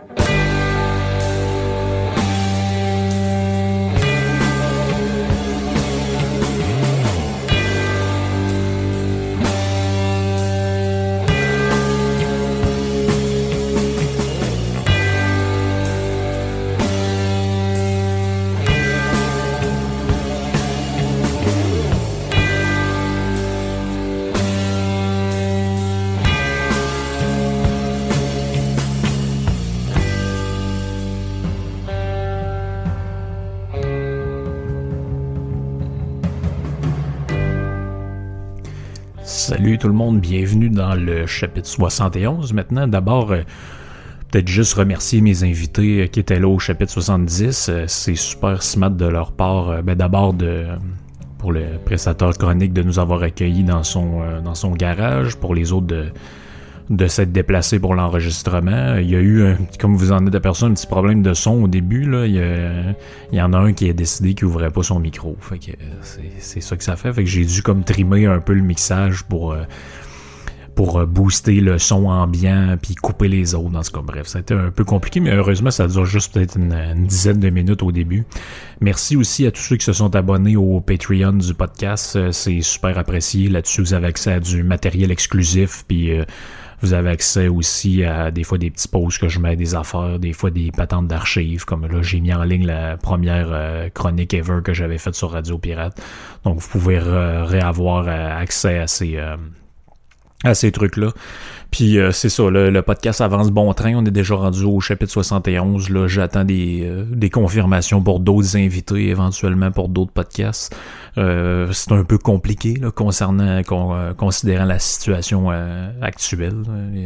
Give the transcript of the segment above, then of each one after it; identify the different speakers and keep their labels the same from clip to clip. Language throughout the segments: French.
Speaker 1: Salut tout le monde, bienvenue dans le chapitre 71 maintenant. D'abord, peut-être juste remercier mes invités qui étaient là au chapitre 70. C'est super smart de leur part. D'abord pour le prestateur chronique de nous avoir accueillis dans son garage, pour les autres de s'être déplacés pour l'enregistrement. Il y a eu, comme vous en êtes aperçu, un petit problème de son au début. Là. Il y en a un qui a décidé qu'il ouvrait pas son micro. Fait que c'est ça que ça fait. Fait que j'ai dû comme trimer un peu le mixage pour booster le son ambiant puis couper les autres. Dans ce cas, bref, ça a été un peu compliqué, mais heureusement, ça dure juste peut-être une dizaine de minutes au début. Merci aussi à tous ceux qui se sont abonnés au Patreon du podcast. C'est super apprécié. Là-dessus, vous avez accès à du matériel exclusif puis vous avez accès aussi à des fois des petits posts que je mets, des affaires, des fois des patentes d'archives, comme là j'ai mis en ligne la première chronique ever que j'avais faite sur Radio Pirate. Donc vous pouvez réavoir accès à ces trucs-là. Puis c'est ça, le podcast avance bon train. On est déjà rendu au chapitre 71. Là, j'attends des confirmations pour d'autres invités, éventuellement pour d'autres podcasts. C'est un peu compliqué là, considérant la situation actuelle.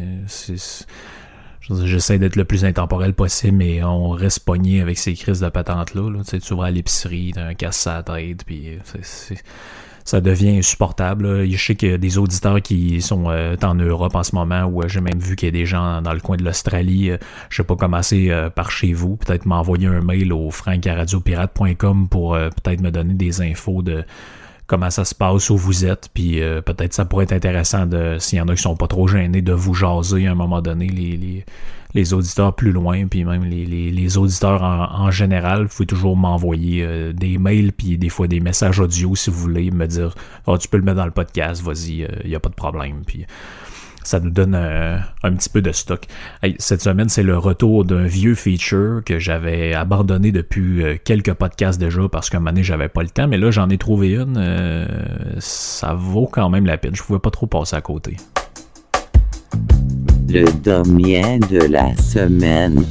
Speaker 1: J'essaie d'être le plus intemporel possible, mais on reste pogné avec ces crises de patentes-là. Là. Tu vas à l'épicerie, t'as un casse à la tête, puis ça devient insupportable. Là. Je sais qu'il y a des auditeurs qui sont en Europe en ce moment, où j'ai même vu qu'il y a des gens dans le coin de l'Australie. Je sais pas, commencer par chez vous. Peut-être m'envoyer un mail au frank@radiopirate.com pour peut-être me donner des infos de comment ça se passe, où vous êtes. Puis peut-être ça pourrait être intéressant, s'il y en a qui sont pas trop gênés, de vous jaser à un moment donné, les auditeurs plus loin, puis même les auditeurs en général. Vous pouvez toujours m'envoyer des mails puis des fois des messages audio si vous voulez, me dire tu peux le mettre dans le podcast, vas-y, y a pas de problème. Puis ça nous donne un petit peu de stock. Hey, cette semaine, c'est le retour d'un vieux feature que j'avais abandonné depuis quelques podcasts déjà parce qu'à un moment donné, j'avais pas le temps, mais là, j'en ai trouvé une. Ça vaut quand même la peine. Je pouvais pas trop passer à côté.
Speaker 2: Le domien de la semaine.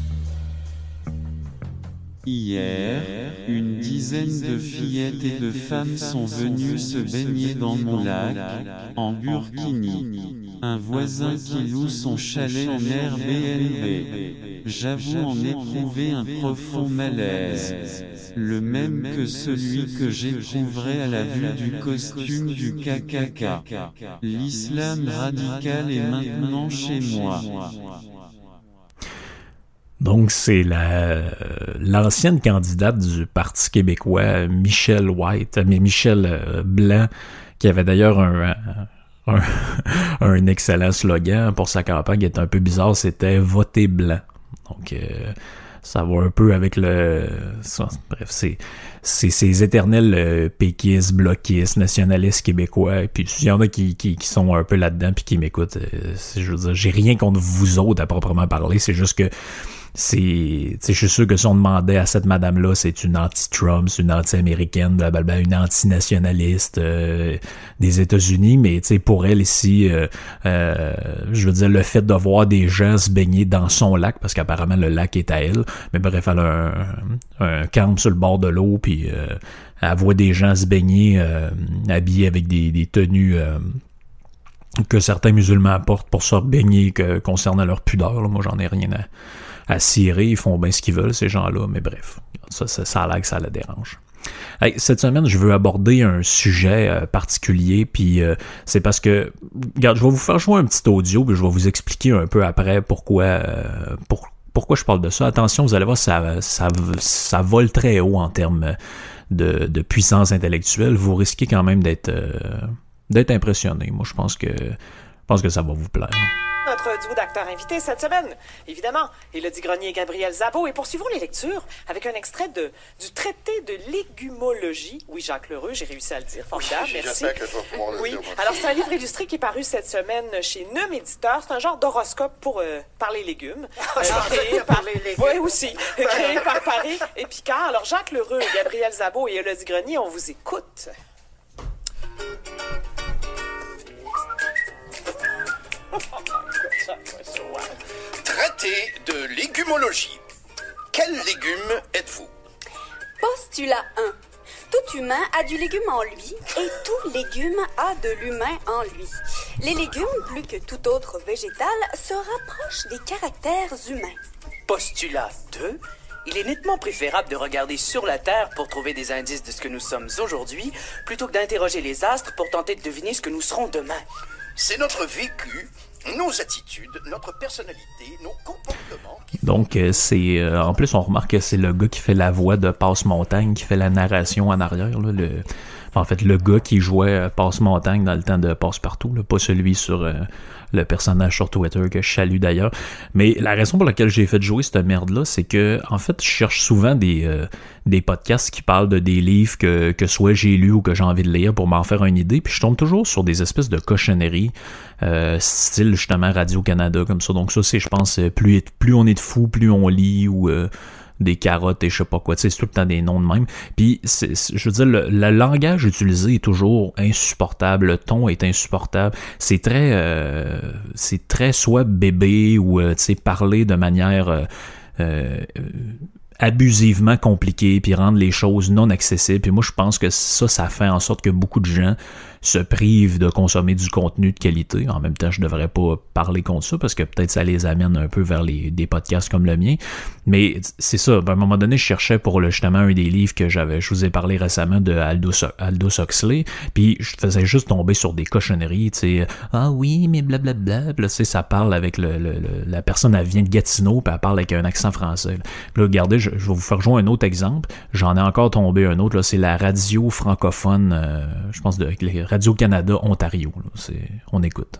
Speaker 3: Hier, une dizaine de fillettes et de femmes sont venues se baigner dans mon lac, en Burkini. Un voisin qui loue son chalet en Airbnb. J'avoue en éprouver un profond malaise. Le même que celui que j'éprouverais à la vue du costume du KKK. L'islam radical est maintenant chez moi.
Speaker 1: Donc, c'est l'ancienne candidate du Parti québécois, Michelle Blanc, qui avait d'ailleurs un excellent slogan pour sa campagne qui était un peu bizarre, c'était « Voter blanc ». Donc, ça va un peu avec bref, c'est ces éternels péquistes, bloquistes, nationalistes québécois. Et puis il y en a qui sont un peu là-dedans puis qui m'écoutent. Je veux dire, j'ai rien contre vous autres à proprement parler. C'est juste que je suis sûr que si on demandait à cette madame-là, c'est une anti-Trump, c'est une anti-américaine, blablabla, une anti-nationaliste des États-Unis, mais pour elle ici, je veux dire, le fait de voir des gens se baigner dans son lac, parce qu'apparemment le lac est à elle, mais bref, elle a un camp sur le bord de l'eau, puis elle voit des gens se baigner habillés avec des tenues que certains musulmans portent pour se baigner concernant leur pudeur. Là. Moi, j'en ai rien à cirer, ils font bien ce qu'ils veulent, ces gens-là, mais bref, ça a l'air que ça la dérange. Hey, cette semaine, je veux aborder un sujet particulier, puis c'est parce que, regarde, je vais vous faire jouer un petit audio, puis je vais vous expliquer un peu après pourquoi je parle de ça. Attention, vous allez voir, ça vole très haut en termes de puissance intellectuelle. Vous risquez quand même d'être impressionné. Moi, je pense que ça va vous plaire.
Speaker 4: notre duo d'acteurs invités cette semaine. Évidemment, Élodie Grenier et Gabriel Zabo. Et poursuivons les lectures avec un extrait du traité de légumologie. Oui, Jacques Lheureux, j'ai réussi à le dire. Formidable, merci.
Speaker 5: J'espère que je vais pouvoir le dire.
Speaker 4: Alors, c'est un livre illustré qui est paru cette semaine chez Neum Éditeur. C'est un genre d'horoscope pour parler légumes. Créé par les légumes. Oui, aussi. Créé par Paris et Picard. Alors, Jacques Lheureux, Gabriel Zabo et Élodie Grenier, on vous écoute.
Speaker 6: Traité de légumologie. Quel légume êtes-vous?
Speaker 7: Postulat 1. Tout humain a du légume en lui et tout légume a de l'humain en lui. Les légumes, plus que tout autre végétal, se rapprochent des caractères humains.
Speaker 8: Postulat 2. Il est nettement préférable de regarder sur la Terre pour trouver des indices de ce que nous sommes aujourd'hui, plutôt que d'interroger les astres pour tenter de deviner ce que nous serons demain.
Speaker 6: C'est notre vécu, nos attitudes, notre personnalité, nos comportements...
Speaker 1: Donc, c'est en plus, on remarque que c'est le gars qui fait la voix de Passe-Montagne, qui fait la narration en arrière. Là, en fait, le gars qui jouait Passe-Montagne dans le temps de Passe-Partout, là, pas celui sur le personnage sur Twitter que je salue d'ailleurs. Mais la raison pour laquelle j'ai fait jouer cette merde-là, c'est que, en fait, je cherche souvent des podcasts qui parlent de des livres que soit j'ai lu ou que j'ai envie de lire pour m'en faire une idée, puis je tombe toujours sur des espèces de cochonneries, style justement Radio-Canada, comme ça. Donc ça, c'est, je pense, plus on est de fous, plus on lit, ou des carottes et je sais pas quoi, tu sais, c'est tout le temps des noms de même. Puis, je veux dire, le langage utilisé est toujours insupportable, le ton est insupportable, c'est très soit bébé ou, tu sais, parler de manière abusivement compliquée, puis rendre les choses non accessibles. Puis moi, je pense que ça fait en sorte que beaucoup de gens se privent de consommer du contenu de qualité. En même temps, je devrais pas parler contre ça parce que peut-être ça les amène un peu vers des podcasts comme le mien. Mais c'est ça. À un moment donné, je cherchais pour justement un des livres que je vous ai parlé récemment de Aldous Huxley. Puis je faisais juste tomber sur des cochonneries. Tu sais, ah oui, mais blablabla. Tu sais, ça parle avec la personne, elle vient de Gatineau, puis elle parle avec un accent français. Puis là, regardez, je vais vous faire jouer un autre exemple. J'en ai encore tombé un autre. Là, c'est la radio francophone, je pense de Radio-Canada Ontario. Là, on écoute.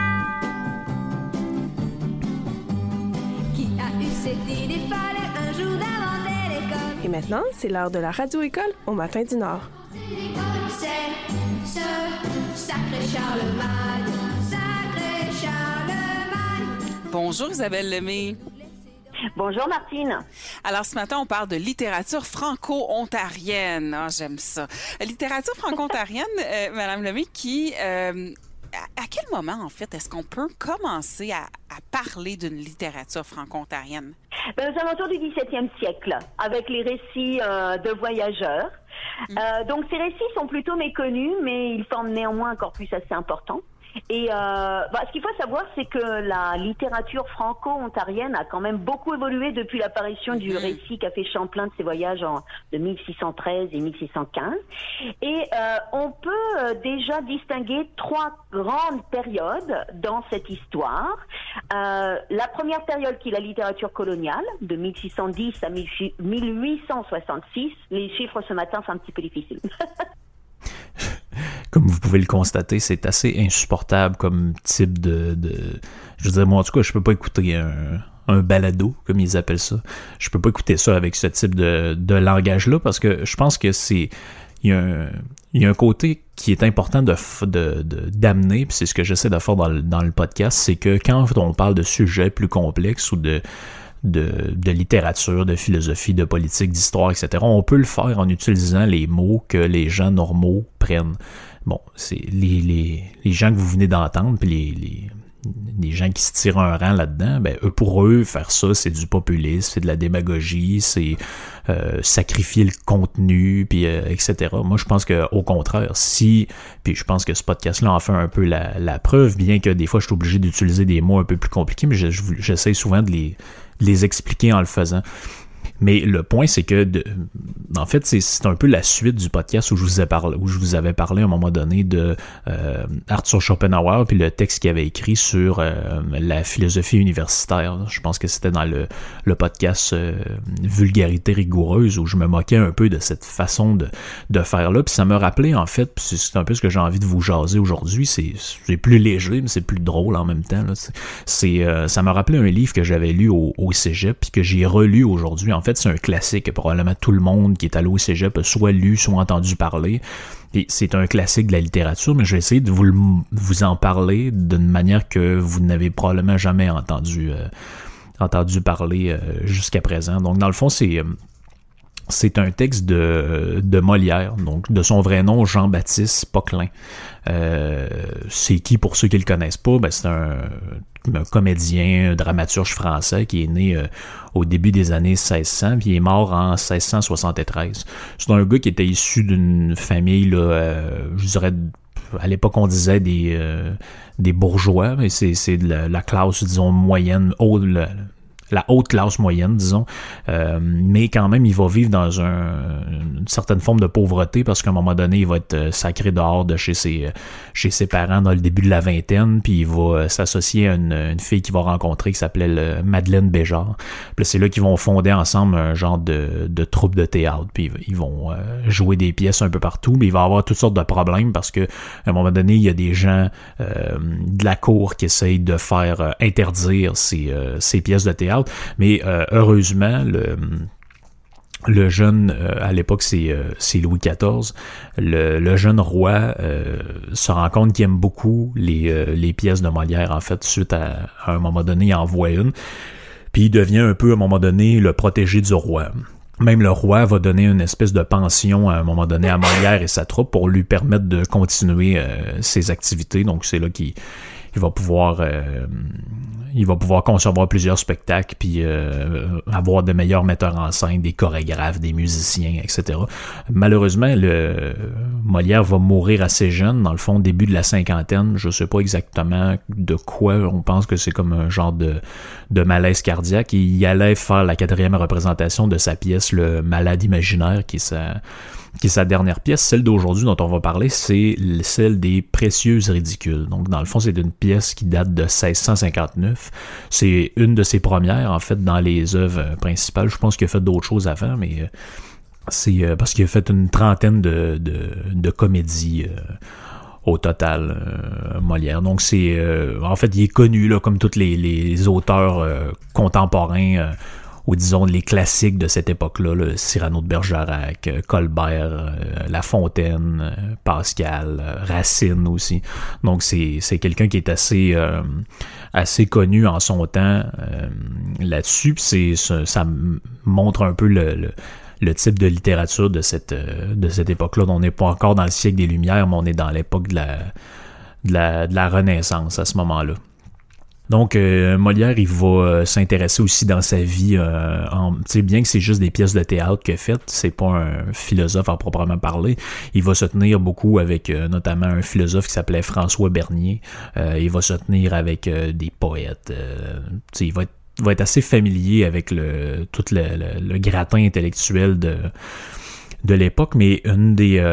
Speaker 9: Qui a eu cette idée folle un jour d'inventer l'école?
Speaker 10: Et maintenant, c'est l'heure de la radio-école au Matin du Nord.
Speaker 9: C'est ce sacré Charlemagne, sacré Charlemagne.
Speaker 11: Bonjour Isabelle Lemay.
Speaker 12: Bonjour Martine.
Speaker 11: Alors ce matin, on parle de littérature franco-ontarienne. Ah, j'aime ça. Littérature franco-ontarienne, Madame Lemay, qui... à quel moment, en fait, est-ce qu'on peut commencer à parler d'une littérature franco-ontarienne?
Speaker 12: Aux alentours du XVIIe siècle, avec les récits de voyageurs. Donc ces récits sont plutôt méconnus, mais ils forment néanmoins un corpus assez important. Et ce qu'il faut savoir, c'est que la littérature franco-ontarienne a quand même beaucoup évolué depuis l'apparition du récit qu'a fait Champlain de ses voyages de 1613 et 1615. Et on peut déjà distinguer trois grandes périodes dans cette histoire. La première période qui est la littérature coloniale, de 1610 à 1866. Les chiffres ce matin sont un petit peu difficiles.
Speaker 1: Comme vous pouvez le constater, c'est assez insupportable comme type de... Je veux dire, moi, en tout cas, je peux pas écouter un balado, comme ils appellent ça. Je peux pas écouter ça avec ce type de langage-là, parce que je pense que il y a un côté qui est important d'amener, puis c'est ce que j'essaie de faire dans le podcast, c'est que quand on parle de sujets plus complexes ou de littérature, de philosophie, de politique, d'histoire, etc. On peut le faire en utilisant les mots que les gens normaux prennent. Bon, c'est les gens que vous venez d'entendre, puis les gens qui se tirent un rang là-dedans, pour eux, faire ça, c'est du populisme, c'est de la démagogie, c'est sacrifier le contenu, puis etc. Moi, je pense qu'au contraire, puis je pense que ce podcast-là en fait un peu la preuve, bien que des fois, je suis obligé d'utiliser des mots un peu plus compliqués, mais j'essaie souvent de les expliquer en le faisant. Mais le point, c'est que, en fait, c'est un peu la suite du podcast où je vous avais parlé à un moment donné de Arthur Schopenhauer, puis le texte qu'il avait écrit sur la philosophie universitaire. Je pense que c'était dans le podcast Vulgarité rigoureuse, où je me moquais un peu de cette façon de faire là. Puis ça me rappelait, en fait, puis c'est un peu ce que j'ai envie de vous jaser aujourd'hui. C'est plus léger, mais c'est plus drôle en même temps. Là. Ça m'a rappelé un livre que j'avais lu au cégep, puis que j'ai relu aujourd'hui. En fait, c'est un classique que probablement tout le monde qui est allé au cégep a soit lu, soit entendu parler. Et c'est un classique de la littérature, mais je vais essayer de vous en parler d'une manière que vous n'avez probablement jamais entendu parler jusqu'à présent. Donc, dans le fond, c'est un texte de Molière, donc de son vrai nom, Jean-Baptiste Poquelin. C'est qui, pour ceux qui le connaissent pas? Ben, c'est un comédien, un dramaturge français qui est né au début des années 1600, puis il est mort en 1673. C'est un gars qui était issu d'une famille, là, je dirais, à l'époque on disait des bourgeois, mais c'est de la classe, disons, moyenne, la haute classe moyenne, disons, mais quand même, il va vivre dans une certaine forme de pauvreté parce qu'à un moment donné, il va être sacré dehors de chez ses parents dans le début de la vingtaine, puis il va s'associer à une fille qu'il va rencontrer qui s'appelait Madeleine Béjart. Puis c'est là qu'ils vont fonder ensemble un genre de troupe de théâtre, puis ils vont jouer des pièces un peu partout, mais il va y avoir toutes sortes de problèmes parce que à un moment donné, il y a des gens de la cour qui essayent de faire interdire ces pièces de théâtre. Mais heureusement, le jeune, à l'époque c'est Louis XIV, le jeune roi se rend compte qu'il aime beaucoup les pièces de Molière. En fait, suite à un moment donné, il en voit une, puis il devient un peu, à un moment donné, le protégé du roi. Même le roi va donner une espèce de pension à un moment donné à Molière et sa troupe pour lui permettre de continuer ses activités. Donc c'est là qu'il va pouvoir concevoir plusieurs spectacles, puis avoir de meilleurs metteurs en scène, des chorégraphes, des musiciens, etc. Malheureusement, Molière va mourir assez jeune, dans le fond, début de la cinquantaine. Je sais pas exactement de quoi, on pense que c'est comme un genre de malaise cardiaque. Il allait faire la 4e représentation de sa pièce, Le Malade imaginaire, qui est sa dernière pièce. Celle d'aujourd'hui dont on va parler, c'est celle des Précieuses ridicules. Donc, dans le fond, c'est une pièce qui date de 1659. C'est une de ses premières, en fait, dans les œuvres principales. Je pense qu'il a fait d'autres choses avant, mais c'est parce qu'il a fait une trentaine de comédies au total, Molière. Donc, en fait, il est connu, là, comme tous les auteurs contemporains, ou disons les classiques de cette époque-là, le Cyrano de Bergerac, Colbert, La Fontaine, Pascal, Racine aussi. Donc c'est quelqu'un qui est assez connu en son temps là-dessus. Ça montre un peu le type de littérature de cette époque-là. On n'est pas encore dans le siècle des Lumières, mais on est dans l'époque de la Renaissance à ce moment-là. Donc, Molière, il va s'intéresser aussi dans sa vie, bien que c'est juste des pièces de théâtre qu'il a faites, c'est pas un philosophe à proprement parler. Il va se tenir beaucoup avec notamment un philosophe qui s'appelait François Bernier. Il va se tenir avec des poètes. Il va être assez familier avec tout le gratin intellectuel de l'époque, mais une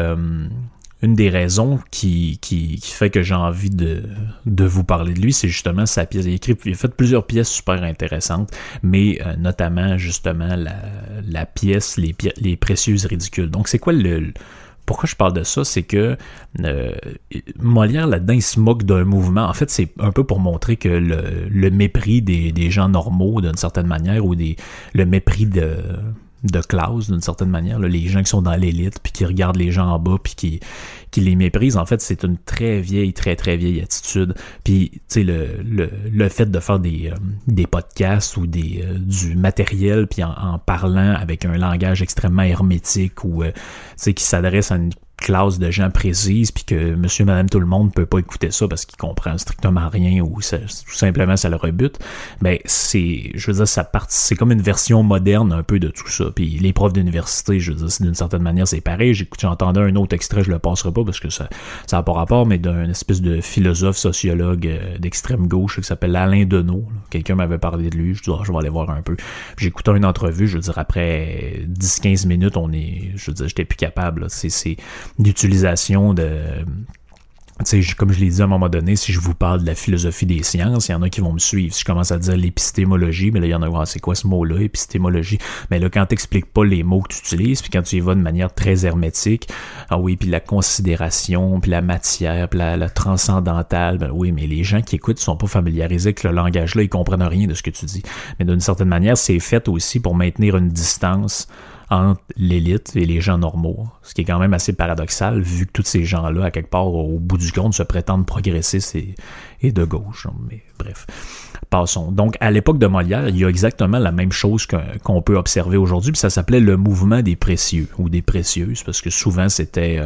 Speaker 1: des raisons qui fait que j'ai envie de vous parler de lui, c'est justement sa pièce. Il a fait plusieurs pièces super intéressantes, mais notamment justement la pièce Les Précieuses ridicules. Donc c'est quoi pourquoi je parle de ça? C'est que Molière, là-dedans, il se moque d'un mouvement. En fait, c'est un peu pour montrer que le mépris des gens normaux, d'une certaine manière, ou le mépris de classe, d'une certaine manière, là, les gens qui sont dans l'élite, puis qui regardent les gens en bas, puis qui les méprisent, en fait, c'est une très vieille attitude. Puis, tu sais, le fait de faire des podcasts ou du matériel, puis en parlant avec un langage extrêmement hermétique, ou, tu sais, qui s'adresse à une classe de gens précise, puis que monsieur, madame, tout le monde peut pas écouter ça parce qu'il comprend strictement rien ou ça, tout simplement ça le rebute, ben je veux dire, c'est comme une version moderne un peu de tout ça. Puis les profs d'université, je veux dire, d'une certaine manière, c'est pareil. J'entendais un autre extrait, je le passerai pas parce que ça a pas rapport, mais d'un espèce de philosophe, sociologue d'extrême gauche qui s'appelle Alain Deneau. Là. Quelqu'un m'avait parlé de lui, je dis, je vais aller voir un peu. J'écoutais une entrevue, je veux dire, après 10-15 minutes, je veux dire, j'étais plus capable, là. C'est d'utilisation de... Tu sais, comme je l'ai dit à un moment donné, si je vous parle de la philosophie des sciences, il y en a qui vont me suivre. Si je commence à dire l'épistémologie, mais là, il y en a, c'est quoi ce mot-là, épistémologie? Mais là, quand t'expliques pas les mots que tu utilises, puis quand tu y vas de manière très hermétique, ah oui, puis la considération, puis la matière, puis la transcendantale, ben oui, mais les gens qui écoutent sont pas familiarisés avec le langage-là, ils comprennent rien de ce que tu dis. Mais d'une certaine manière, c'est fait aussi pour maintenir une distance entre l'élite et les gens normaux, ce qui est quand même assez paradoxal vu que tous ces gens-là, à quelque part, au bout du compte, se prétendent progressistes et de gauche. Mais bref, passons. Donc, à l'époque de Molière, il y a exactement la même chose qu'on peut observer aujourd'hui, puis ça s'appelait le mouvement des précieux ou des précieuses, parce que souvent c'était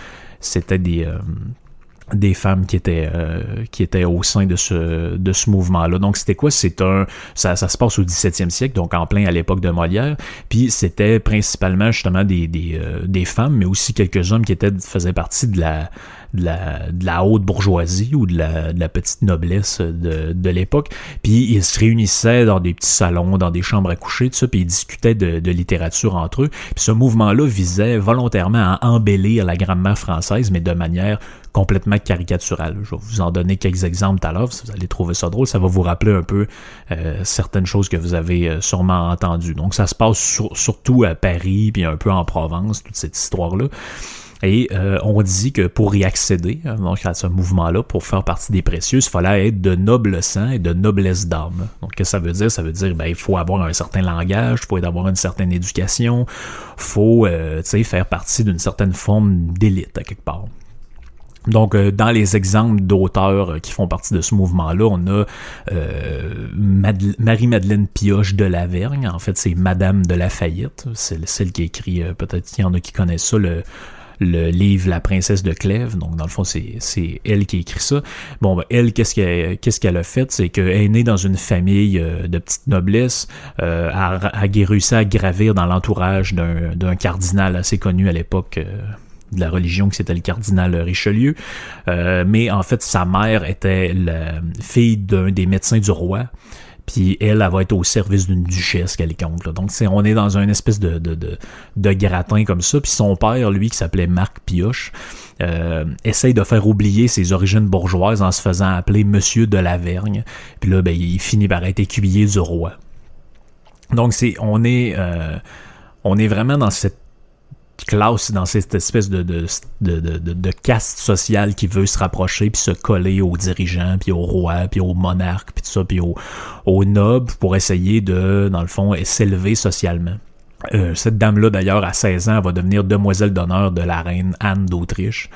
Speaker 1: des femmes qui étaient au sein de ce mouvement-là. Donc, c'était quoi? Ça se passe au 17e siècle, donc en plein à l'époque de Molière, puis c'était principalement justement des femmes, mais aussi quelques hommes qui faisaient partie de la haute bourgeoisie ou de la petite noblesse de l'époque, puis ils se réunissaient dans des petits salons, dans des chambres à coucher, tout ça, puis ils discutaient de littérature entre eux. Puis ce mouvement-là visait volontairement à embellir la grammaire française, mais de manière complètement caricaturale. Je vais vous en donner quelques exemples tout à l'heure, vous allez trouver ça drôle, ça va vous rappeler un peu certaines choses que vous avez sûrement entendues. Donc ça se passe surtout à Paris, puis un peu en Provence, toute cette histoire-là. Et on dit que pour y accéder, donc à ce mouvement-là, pour faire partie des précieuses, il fallait être de noble sang et de noblesse d'âme. Donc, qu'est-ce que ça veut dire? Ça veut dire, il faut avoir un certain langage, il faut avoir une certaine éducation, il faut, faire partie d'une certaine forme d'élite, à quelque part. Donc, dans les exemples d'auteurs qui font partie de ce mouvement-là, on a Marie-Madeleine Pioche de Lavergne. En fait, c'est Madame de Lafayette. C'est celle qui écrit, peut-être qu'il y en a qui connaissent ça, le livre La princesse de Clèves. Donc, dans le fond, c'est elle qui écrit ça. Bon, elle, qu'est-ce qu'elle a fait? C'est qu'elle est née dans une famille de petite noblesse, a réussi à gravir dans l'entourage d'un cardinal assez connu à l'époque de la religion, qui c'était le cardinal Richelieu. Mais en fait, sa mère était la fille d'un des médecins du roi. Puis elle va être au service d'une duchesse quelconque. Là. Donc on est dans une espèce de gratin comme ça. Puis son père, lui, qui s'appelait Marc Pioche, essaye de faire oublier ses origines bourgeoises en se faisant appeler Monsieur de Lavergne. Puis là, il finit par être écuyer du roi. Donc on est vraiment dans cette classe, dans cette espèce de caste sociale qui veut se rapprocher puis se coller aux dirigeants, puis aux rois, puis aux monarques, puis tout ça, puis aux nobles pour essayer de, dans le fond, s'élever socialement. Cette dame-là, d'ailleurs, à 16 ans, elle va devenir demoiselle d'honneur de la reine Anne d'Autriche.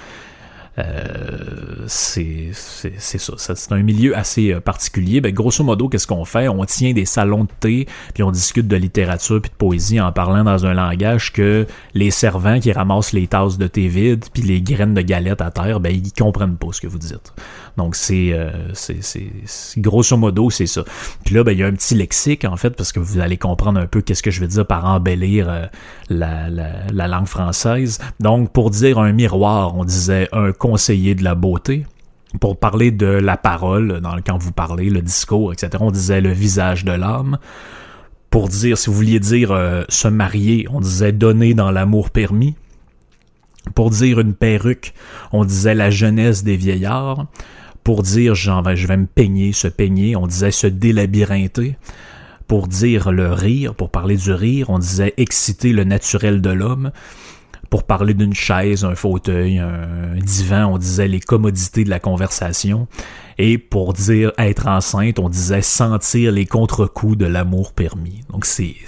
Speaker 1: C'est ça. C'est un milieu assez particulier. Grosso modo, qu'est-ce qu'on fait? On tient des salons de thé, puis on discute de littérature puis de poésie en parlant dans un langage que les servants qui ramassent les tasses de thé vides puis les graines de galettes à terre, ils comprennent pas ce que vous dites. Donc, c'est grosso modo, c'est ça. Puis là, il y a un petit lexique, en fait, parce que vous allez comprendre un peu qu'est-ce que je veux dire par embellir la langue française. Donc, pour dire un miroir, on disait un conseiller de la beauté. Pour parler de la parole, quand vous parlez, le discours, etc., on disait le visage de l'âme. Pour dire, si vous vouliez dire se marier, on disait donner dans l'amour permis. Pour dire une perruque, on disait la jeunesse des vieillards. Pour dire je vais me peigner, se peigner, on disait se délabyrinther. Pour dire le rire, pour parler du rire, on disait exciter le naturel de l'homme. Pour parler d'une chaise, un fauteuil, un divan, on disait les commodités de la conversation. Et pour dire être enceinte, on disait sentir les contre-coups de l'amour permis. Donc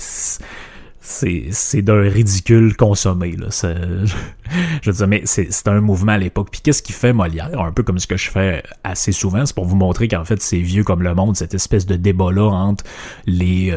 Speaker 1: c'est d'un ridicule consommé, là. Je veux dire, mais c'est un mouvement à l'époque. Puis qu'est-ce qui fait Molière? Un peu comme ce que je fais assez souvent, c'est pour vous montrer qu'en fait, c'est vieux comme le monde, cette espèce de débat-là entre les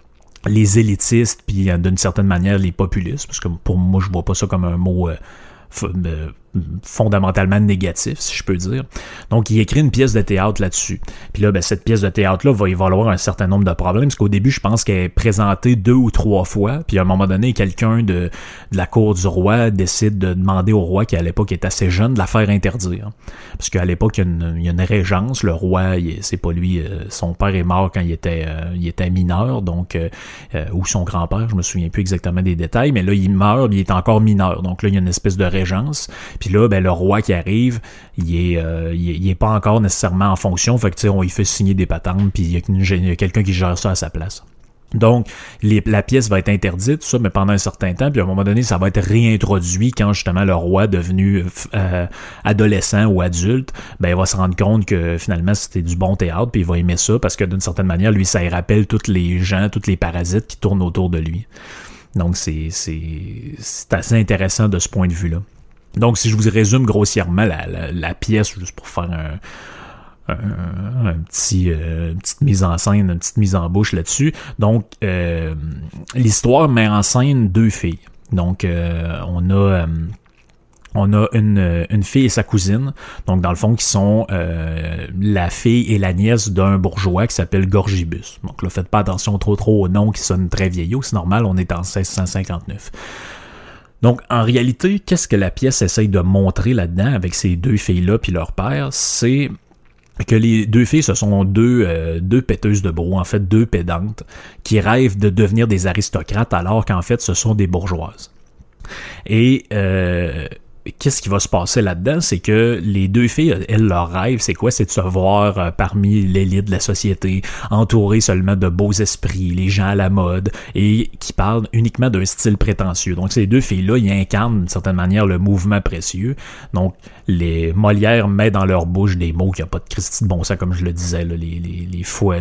Speaker 1: élitistes puis d'une certaine manière les populistes, parce que pour moi, je vois pas ça comme un mot fondamentalement négatif, si je peux dire. Donc, il écrit une pièce de théâtre là-dessus. Puis là, cette pièce de théâtre-là va y avoir un certain nombre de problèmes, parce qu'au début, je pense qu'elle est présentée 2 ou 3 fois, puis à un moment donné, quelqu'un de la cour du roi décide de demander au roi, qui à l'époque est assez jeune, de la faire interdire. Parce qu'à l'époque, il y a une régence, le roi, c'est pas lui, son père est mort quand il était mineur, donc, ou son grand-père, je me souviens plus exactement des détails, mais là, il meurt, il est encore mineur, donc là, il y a une espèce de régence. Puis là, le roi qui arrive, il est pas encore nécessairement en fonction, fait que tu sais, on lui fait signer des patentes, puis il y a quelqu'un qui gère ça à sa place. Donc, la pièce va être interdite, tout ça, mais pendant un certain temps, puis à un moment donné, ça va être réintroduit quand justement le roi devenu adolescent ou adulte, il va se rendre compte que finalement c'était du bon théâtre, puis il va aimer ça, parce que d'une certaine manière, lui, ça lui rappelle tous les gens, tous les parasites qui tournent autour de lui. Donc, c'est assez intéressant de ce point de vue-là. Donc, si je vous résume grossièrement la pièce, juste pour faire une petite mise en scène, une petite mise en bouche là-dessus. Donc, l'histoire met en scène 2 filles. Donc, on a une fille et sa cousine, donc dans le fond, qui sont la fille et la nièce d'un bourgeois qui s'appelle Gorgibus. Donc là, faites pas attention trop au nom qui sonne très vieillot, c'est normal, on est en 1659. Donc, en réalité, qu'est-ce que la pièce essaye de montrer là-dedans avec ces 2 filles-là puis leur père? C'est que les 2 filles, ce sont deux péteuses de broc, en fait 2 pédantes, qui rêvent de devenir des aristocrates alors qu'en fait, ce sont des bourgeoises. Et qu'est-ce qui va se passer là-dedans? C'est que les 2 filles, elles, leur rêve, c'est quoi? C'est de se voir parmi l'élite de la société, entourées seulement de beaux esprits, les gens à la mode, et qui parlent uniquement d'un style prétentieux. Donc, ces 2 filles-là, ils incarnent d'une certaine manière le mouvement précieux. Donc, les Molière met dans leur bouche des mots qui n'ont pas de Christi de bon sens, comme je le disais, là, les fois,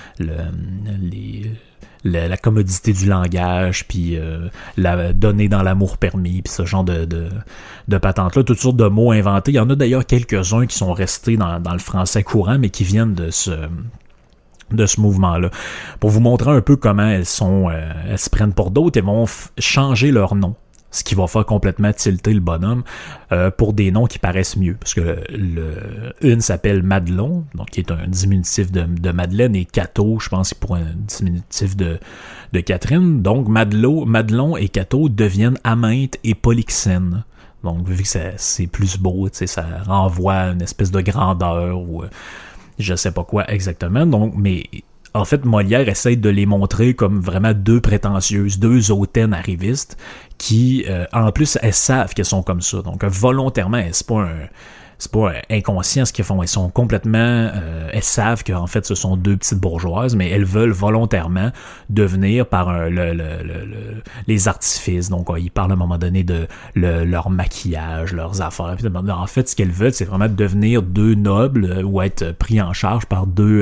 Speaker 1: la commodité du langage, puis la donner dans l'amour permis, puis ce genre de patentes-là, toutes sortes de mots inventés. Il y en a d'ailleurs quelques-uns qui sont restés dans le français courant, mais qui viennent de ce mouvement-là. Pour vous montrer un peu comment elles se prennent pour d'autres, elles vont changer leur nom. Ce qui va faire complètement tilter le bonhomme pour des noms qui paraissent mieux. Parce que une s'appelle Madelon, donc qui est un diminutif de Madeleine, et Cato, je pense, pour un diminutif de Catherine. Donc Madelon et Cato deviennent Aminte et Polyxène. Donc vu que c'est plus beau, ça renvoie à une espèce de grandeur ou je sais pas quoi exactement. Donc, mais en fait, Molière essaie de les montrer comme vraiment 2 prétentieuses, 2 hautaines arrivistes qui, en plus, elles savent qu'elles sont comme ça. Donc, volontairement, c'est pas inconscient ce qu'elles font. Elles sont complètement... elles savent qu'en fait, ce sont 2 petites bourgeoises, mais elles veulent volontairement devenir par les artifices. Donc, ils parlent à un moment donné de leur maquillage, leurs affaires. Puis, en fait, ce qu'elles veulent, c'est vraiment devenir 2 nobles ou être pris en charge par deux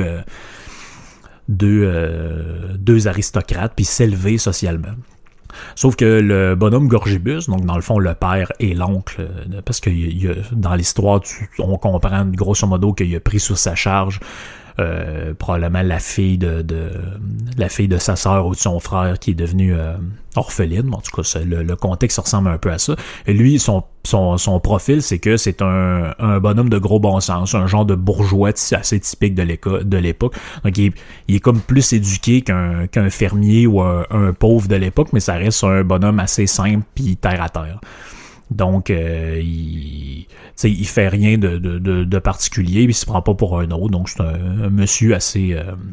Speaker 1: aristocrates, puis s'élever socialement. Sauf que le bonhomme Gorgibus, donc dans le fond le père et l'oncle, parce que dans l'histoire on comprend grosso modo qu'il a pris sur sa charge probablement la fille de sa sœur ou de son frère qui est devenue orpheline. En tout cas, le contexte ressemble un peu à ça. Et lui, son profil, c'est que c'est un bonhomme de gros bon sens, un genre de bourgeois assez typique de l'époque. Donc, il est comme plus éduqué qu'un fermier ou un pauvre de l'époque, mais ça reste un bonhomme assez simple puis terre à terre. Donc, il fait rien de particulier, puis il se prend pas pour un autre. Donc, c'est un monsieur assez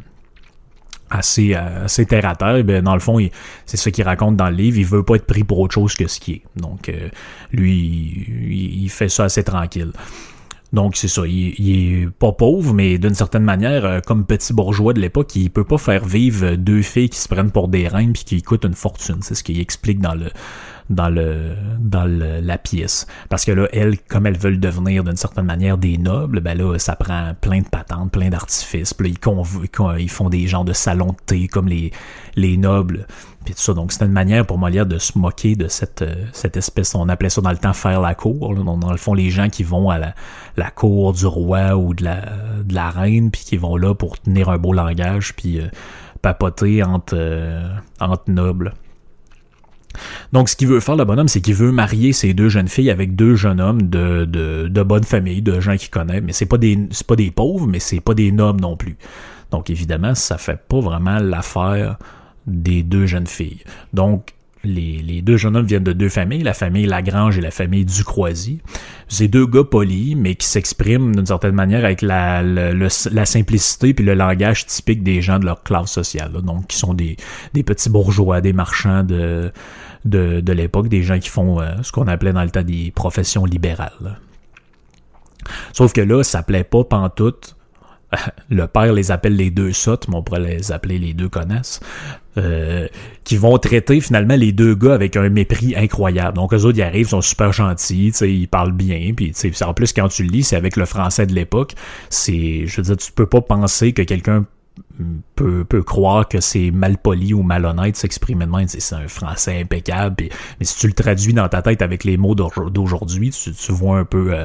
Speaker 1: terre à terre. Ben, dans le fond, c'est ce qu'il raconte dans le livre. Il veut pas être pris pour autre chose que ce qui est. Donc, lui, il fait ça assez tranquille. Donc, c'est ça. Il est pas pauvre, mais d'une certaine manière, comme petit bourgeois de l'époque, il peut pas faire vivre 2 filles qui se prennent pour des reines puis qui coûtent une fortune. C'est ce qu'il explique dans la pièce. Parce que là, comme elles veulent devenir d'une certaine manière des nobles, ben là, ça prend plein de patentes, plein d'artifices. Puis là, ils font des genres de salons de thé comme les nobles. Puis tout ça. Donc, c'est une manière pour Molière de se moquer de cette espèce, on appelait ça dans le temps faire la cour. Là. Donc, dans le fond, les gens qui vont à la cour du roi ou de la reine, puis qui vont là pour tenir un beau langage, puis papoter entre nobles. Donc, ce qu'il veut faire, le bonhomme, c'est qu'il veut marier ces deux jeunes filles avec deux jeunes hommes de bonne famille, de gens qu'il connaît. Mais c'est pas des pauvres, mais c'est pas des nobles non plus. Donc, évidemment, ça fait pas vraiment l'affaire des deux jeunes filles. Donc, les deux jeunes hommes viennent de deux familles, la famille Lagrange et la famille Ducroisy. C'est deux gars polis, mais qui s'expriment d'une certaine manière avec la simplicité puis le langage typique des gens de leur classe sociale. Là. Donc, qui sont des petits bourgeois, des marchands de l'époque, des gens qui font ce qu'on appelait dans le temps des professions libérales. Là. Sauf que là, ça plaît pas pantoute. Le père les appelle les deux sottes, mais on pourrait les appeler les deux connasses, qui vont traiter finalement les deux gars avec un mépris incroyable. Donc eux autres, ils arrivent, ils sont super gentils, ils parlent bien, puis en plus quand tu le lis, c'est avec le français de l'époque, je veux dire, tu peux pas penser que quelqu'un peut croire que c'est malpoli ou malhonnête s'exprimer de même. C'est un français impeccable, mais si tu le traduis dans ta tête avec les mots d'aujourd'hui, tu vois un peu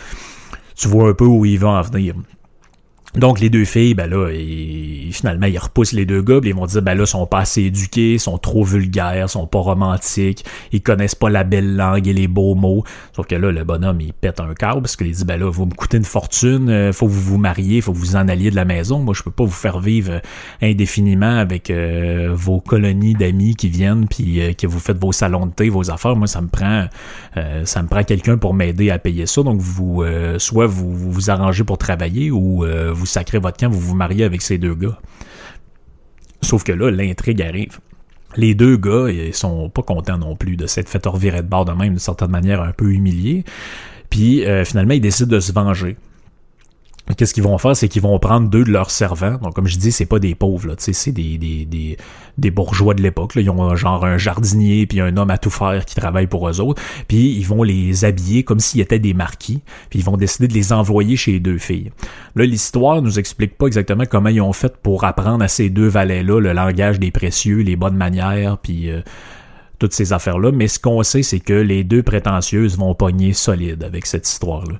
Speaker 1: où il va en venir. Donc, les deux filles, ben là, finalement, ils repoussent les deux gars, puis ils vont dire, ben là, ils sont pas assez éduqués, ils sont trop vulgaires, ils sont pas romantiques, ils connaissent pas la belle langue et les beaux mots. Sauf que là, le bonhomme, il pète un câble, parce qu'il dit, ben là, vous me coûtez une fortune, faut que vous vous mariez, faut que vous en alliez de la maison. Moi, je peux pas vous faire vivre indéfiniment avec vos colonies d'amis qui viennent, puis que vous faites vos salons de thé, vos affaires. Moi, ça me prend quelqu'un pour m'aider à payer ça. Donc, soit vous arrangez pour travailler, ou vous sacrez votre camp, vous vous mariez avec ces deux gars. Sauf que là, l'intrigue arrive. Les deux gars, ils sont pas contents non plus de s'être fait revirer de bord de même, d'une certaine manière un peu humiliés. Puis finalement, ils décident de se venger. Qu'est-ce qu'ils vont faire, c'est qu'ils vont prendre deux de leurs servants. Donc, comme je dis, c'est pas des pauvres, là, tu sais, c'est des bourgeois de l'époque, là. Ils ont genre un jardinier puis un homme à tout faire qui travaille pour eux autres. Puis ils vont les habiller comme s'ils étaient des marquis. Puis ils vont décider de les envoyer chez les deux filles. Là, l'histoire nous explique pas exactement comment ils ont fait pour apprendre à ces deux valets-là le langage des précieux, les bonnes manières, puis toutes ces affaires-là. Mais ce qu'on sait, c'est que les deux prétentieuses vont pogner solide avec cette histoire-là.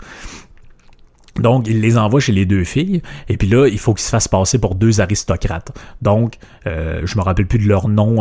Speaker 1: Donc, il les envoie chez les deux filles, et puis là, il faut qu'ils se fassent passer pour deux aristocrates. Donc, je me rappelle plus de leur nom,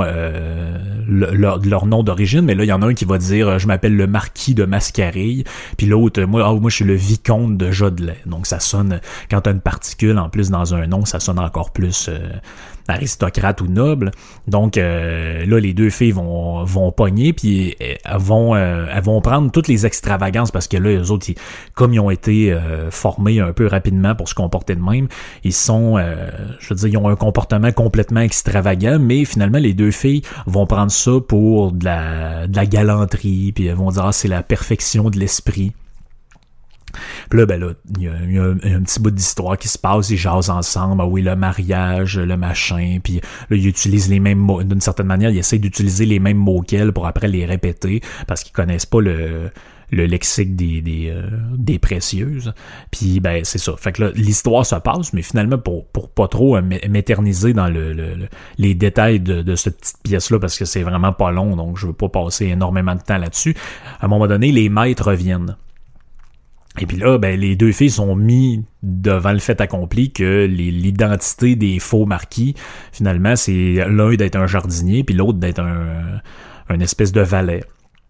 Speaker 1: de leur nom d'origine, mais là, il y en a un qui va dire « Je m'appelle le marquis de Mascarille », puis l'autre, moi, je suis le vicomte de Jodelet. Donc, ça sonne, quand t'as une particule en plus dans un nom, ça sonne encore plus aristocrate ou noble. Donc, là, les deux filles vont pogner, puis elles vont prendre toutes les extravagances, parce que là, eux autres, comme ils ont été formés un peu rapidement pour se comporter de même, ils sont, ils ont un comportement complètement extravagant, mais finalement, les deux filles vont prendre ça pour de la galanterie, puis elles vont dire, c'est la perfection de l'esprit. Puis là, ben là, il y a un petit bout d'histoire qui se passe, ils jasent ensemble, ah oui, le mariage, le machin, puis là, ils utilisent les mêmes mots, d'une certaine manière, ils essayent d'utiliser les mêmes mots qu'elles pour après les répéter, parce qu'ils connaissent pas le lexique des précieuses. Puis ben c'est ça. Fait que là, l'histoire se passe, mais finalement pour pas trop m'éterniser dans les détails de cette petite pièce-là, parce que c'est vraiment pas long, donc je veux pas passer énormément de temps là-dessus. À un moment donné, les maîtres reviennent. Et puis là, ben les deux filles sont mis devant le fait accompli que l'identité des faux marquis, finalement, c'est l'un d'être un jardinier, puis l'autre d'être un espèce de valet.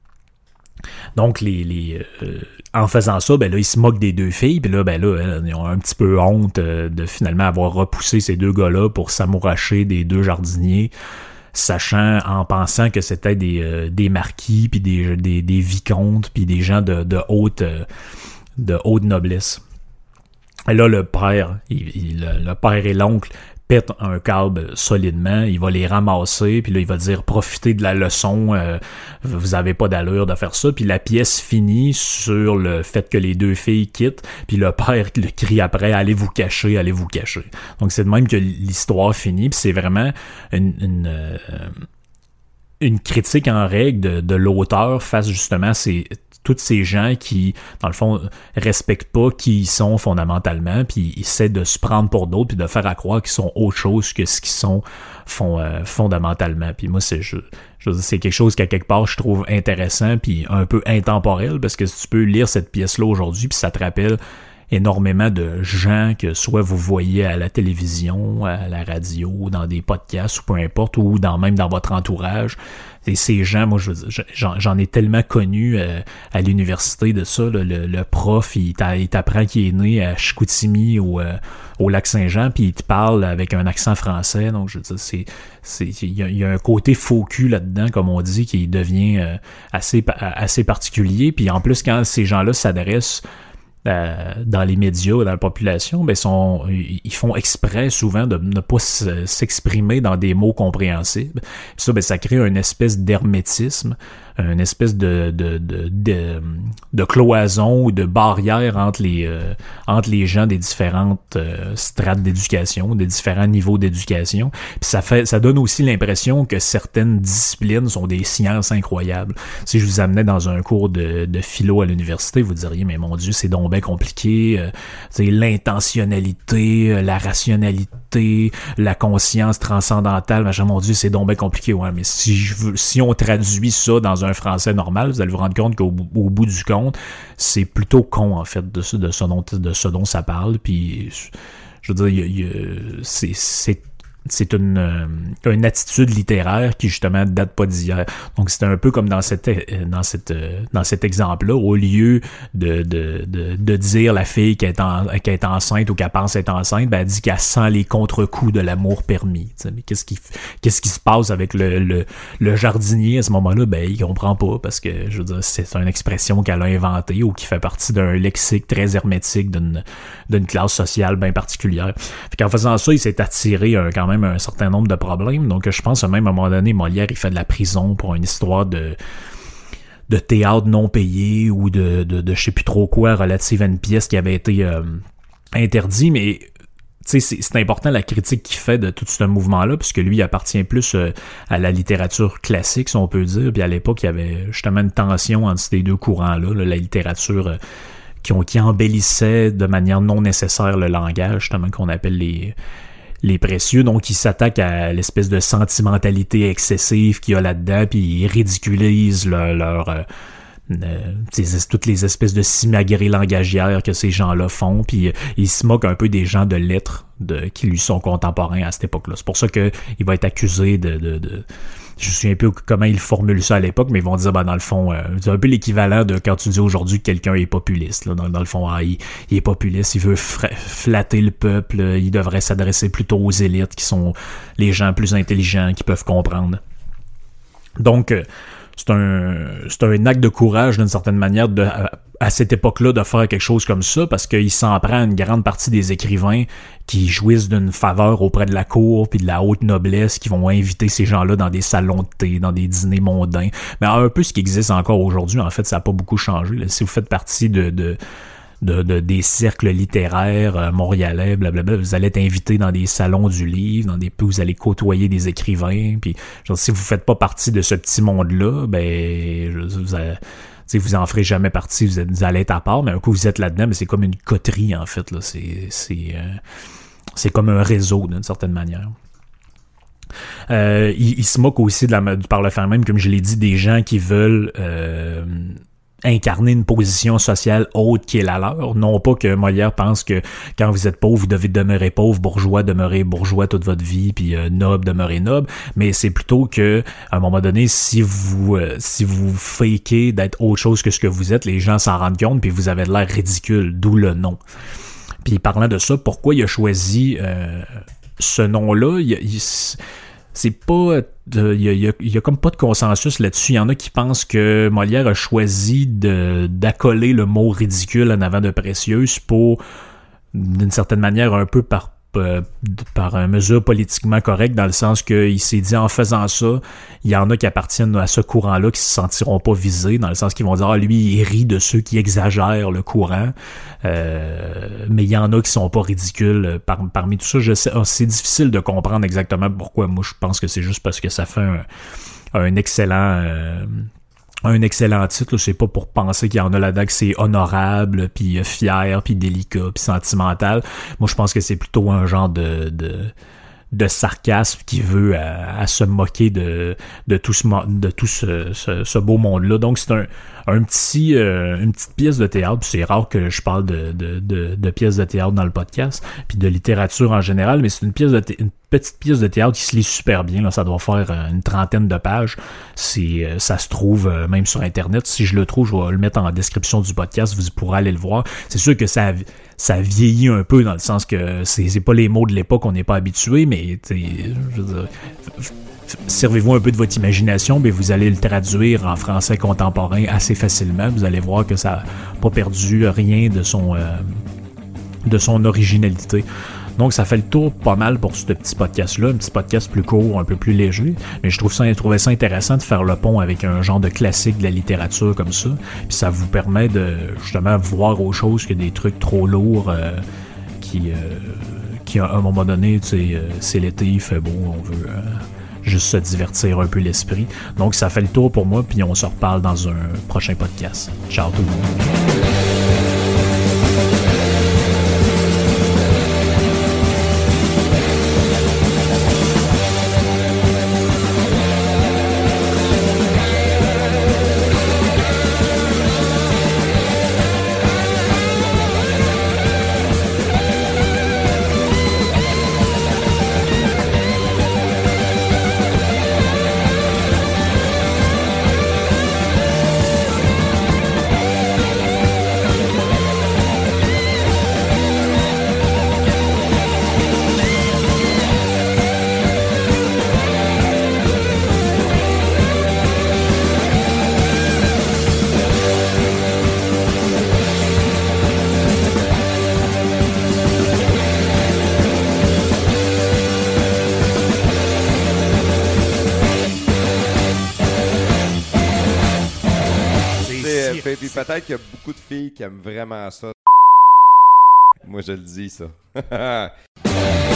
Speaker 1: Donc, en faisant ça, ben là, ils se moquent des deux filles, puis là, ben là, ils ont un petit peu honte de finalement avoir repoussé ces deux gars-là pour s'amouracher des deux jardiniers, en pensant que c'était des marquis, puis des vicomtes, puis des gens de haute noblesse. Et là, le père et l'oncle pètent un câble solidement, il va les ramasser, puis là, il va dire, profitez de la leçon, vous avez pas d'allure de faire ça, puis la pièce finit sur le fait que les deux filles quittent, puis le père le crie après, allez vous cacher. Donc, c'est de même que l'histoire finit, puis c'est vraiment une critique en règle de l'auteur face justement tous ces gens qui, dans le fond, respectent pas qui ils sont fondamentalement, puis ils essaient de se prendre pour d'autres, puis de faire à croire qu'ils sont autre chose que ce qu'ils sont fondamentalement. Puis moi, c'est quelque chose qu'à quelque part, je trouve intéressant, puis un peu intemporel, parce que si tu peux lire cette pièce-là aujourd'hui, puis ça te rappelle énormément de gens que soit vous voyez à la télévision, à la radio, dans des podcasts ou peu importe, ou même dans votre entourage. Et ces gens, moi, j'en ai tellement connu à l'université de ça. Là, le prof, il t'apprend qu'il est né à Chicoutimi au Lac-Saint-Jean, puis il te parle avec un accent français. Donc, je veux dire, il y a un côté faux cul là-dedans, comme on dit, qui devient assez particulier. Puis en plus, quand ces gens-là s'adressent dans les médias, dans la population, ben ils font exprès souvent de ne pas s'exprimer dans des mots compréhensibles. Puis ça, ben ça crée une espèce d'hermétisme, une espèce de cloison ou de barrière entre les gens des différentes strates d'éducation, des différents niveaux d'éducation. Puis ça donne aussi l'impression que certaines disciplines sont des sciences incroyables. Si je vous amenais dans un cours de philo à l'université, vous diriez, mais mon Dieu, c'est donc bien compliqué. L'intentionnalité, la rationalité, la conscience transcendantale, machin, mon Dieu, c'est donc bien compliqué. Ouais, mais si on traduit ça dans un français normal, vous allez vous rendre compte qu'au bout du compte, c'est plutôt con, en fait, de ce dont ça parle. Puis, je veux dire, c'est une attitude littéraire qui justement date pas d'hier. Donc c'est un peu comme dans cet exemple-là, au lieu de dire la fille qu'elle est enceinte ou qu'elle pense être enceinte, ben elle dit qu'elle sent les contre-coups de l'amour permis. T'sais. Mais qu'est-ce qui se passe avec le jardinier à ce moment-là? Ben il comprend pas, parce que je veux dire, c'est une expression qu'elle a inventée ou qui fait partie d'un lexique très hermétique d'une classe sociale bien particulière. Fait qu'en faisant ça, il s'est attiré quand même un certain nombre de problèmes. Donc je pense même à un moment donné, Molière, il fait de la prison pour une histoire de théâtre non payé ou de je sais plus trop quoi relative à une pièce qui avait été interdit. Mais tu sais, c'est important la critique qu'il fait de tout ce mouvement-là, puisque lui, il appartient plus à la littérature classique, si on peut dire. Puis à l'époque, il y avait justement une tension entre ces deux courants-là, la littérature qui embellissait de manière non nécessaire le langage, justement, qu'on appelle les précieux. Donc ils s'attaquent à l'espèce de sentimentalité excessive qu'il y a là-dedans, puis ils ridiculisent toutes les espèces de simagrées langagières que ces gens-là font, puis ils se moquent un peu des gens de lettres qui lui sont contemporains à cette époque-là. C'est pour ça qu'il va être accusé je me souviens un peu comment ils formulent ça à l'époque, mais ils vont dire, dans le fond, c'est un peu l'équivalent de quand tu dis aujourd'hui que quelqu'un est populiste. Là, dans le fond, il est populiste, il veut flatter le peuple, il devrait s'adresser plutôt aux élites, qui sont les gens plus intelligents, qui peuvent comprendre. Donc, c'est un acte de courage, d'une certaine manière, à cette époque-là, de faire quelque chose comme ça, parce qu'il s'en prend à une grande partie des écrivains qui jouissent d'une faveur auprès de la cour puis de la haute noblesse, qui vont inviter ces gens-là dans des salons de thé, dans des dîners mondains. Mais un peu ce qui existe encore aujourd'hui, en fait, ça n'a pas beaucoup changé. Là. Si vous faites partie des cercles littéraires montréalais, blablabla, vous allez être invité dans des salons du livre, vous allez côtoyer des écrivains, puis si vous faites pas partie de ce petit monde-là, vous en ferez jamais partie, vous allez être à part, mais un coup vous êtes là-dedans, mais c'est comme une coterie, en fait, là. C'est comme un réseau, d'une certaine manière. Il se moque aussi par le fait même, comme je l'ai dit, des gens qui veulent incarner une position sociale haute qui est la leur. Non pas que Molière pense que quand vous êtes pauvre, vous devez demeurer pauvre, bourgeois, demeurer bourgeois toute votre vie, puis noble, demeurer noble, mais c'est plutôt que, à un moment donné, si vous fakez d'être autre chose que ce que vous êtes, les gens s'en rendent compte, puis vous avez de l'air ridicule, d'où le nom. Puis parlant de ça, pourquoi il a choisi ce nom-là? C'est pas... Il y a comme pas de consensus là-dessus. Il y en a qui pensent que Molière a choisi d'accoler le mot ridicule en avant de précieuse pour, d'une certaine manière, un peu par une mesure politiquement correcte, dans le sens qu'il s'est dit, en faisant ça, il y en a qui appartiennent à ce courant-là qui se sentiront pas visés, dans le sens qu'ils vont dire, lui, il rit de ceux qui exagèrent le courant, mais il y en a qui sont pas ridicules parmi tout ça. Je sais, c'est difficile de comprendre exactement pourquoi. Moi, je pense que c'est juste parce que ça fait un excellent titre, là. C'est pas pour penser qu'il y en a là-dedans que c'est honorable, puis fier, puis délicat, puis sentimental. Moi, je pense que c'est plutôt un genre de de sarcasme qui veut à se moquer de tout ce beau monde-là. Donc c'est une petite pièce de théâtre. C'est rare que je parle de pièces de théâtre dans le podcast, puis de littérature en général, mais c'est une petite pièce de théâtre qui se lit super bien. Là, ça doit faire une 30aine de pages. Ça se trouve même sur Internet. Si je le trouve, je vais le mettre en description du podcast. Vous pourrez aller le voir. C'est sûr que ça vieillit un peu dans le sens que c'est pas les mots de l'époque, on n'est pas habitué, mais je veux dire, servez-vous un peu de votre imagination, mais vous allez le traduire en français contemporain assez facilement. Vous allez voir que ça n'a pas perdu rien de son originalité. Donc, ça fait le tour pas mal pour ce petit podcast-là, un petit podcast plus court, un peu plus léger. Mais je trouvais ça intéressant de faire le pont avec un genre de classique de la littérature comme ça. Puis ça vous permet de, justement, voir autre chose que des trucs trop lourds qui à un moment donné, tu sais, c'est l'été, il fait beau, on veut juste se divertir un peu l'esprit. Donc, ça fait le tour pour moi, puis on se reparle dans un prochain podcast. Ciao tout le monde!
Speaker 5: Puis peut-être qu'il y a beaucoup de filles qui aiment vraiment ça. Moi, je le dis, ça.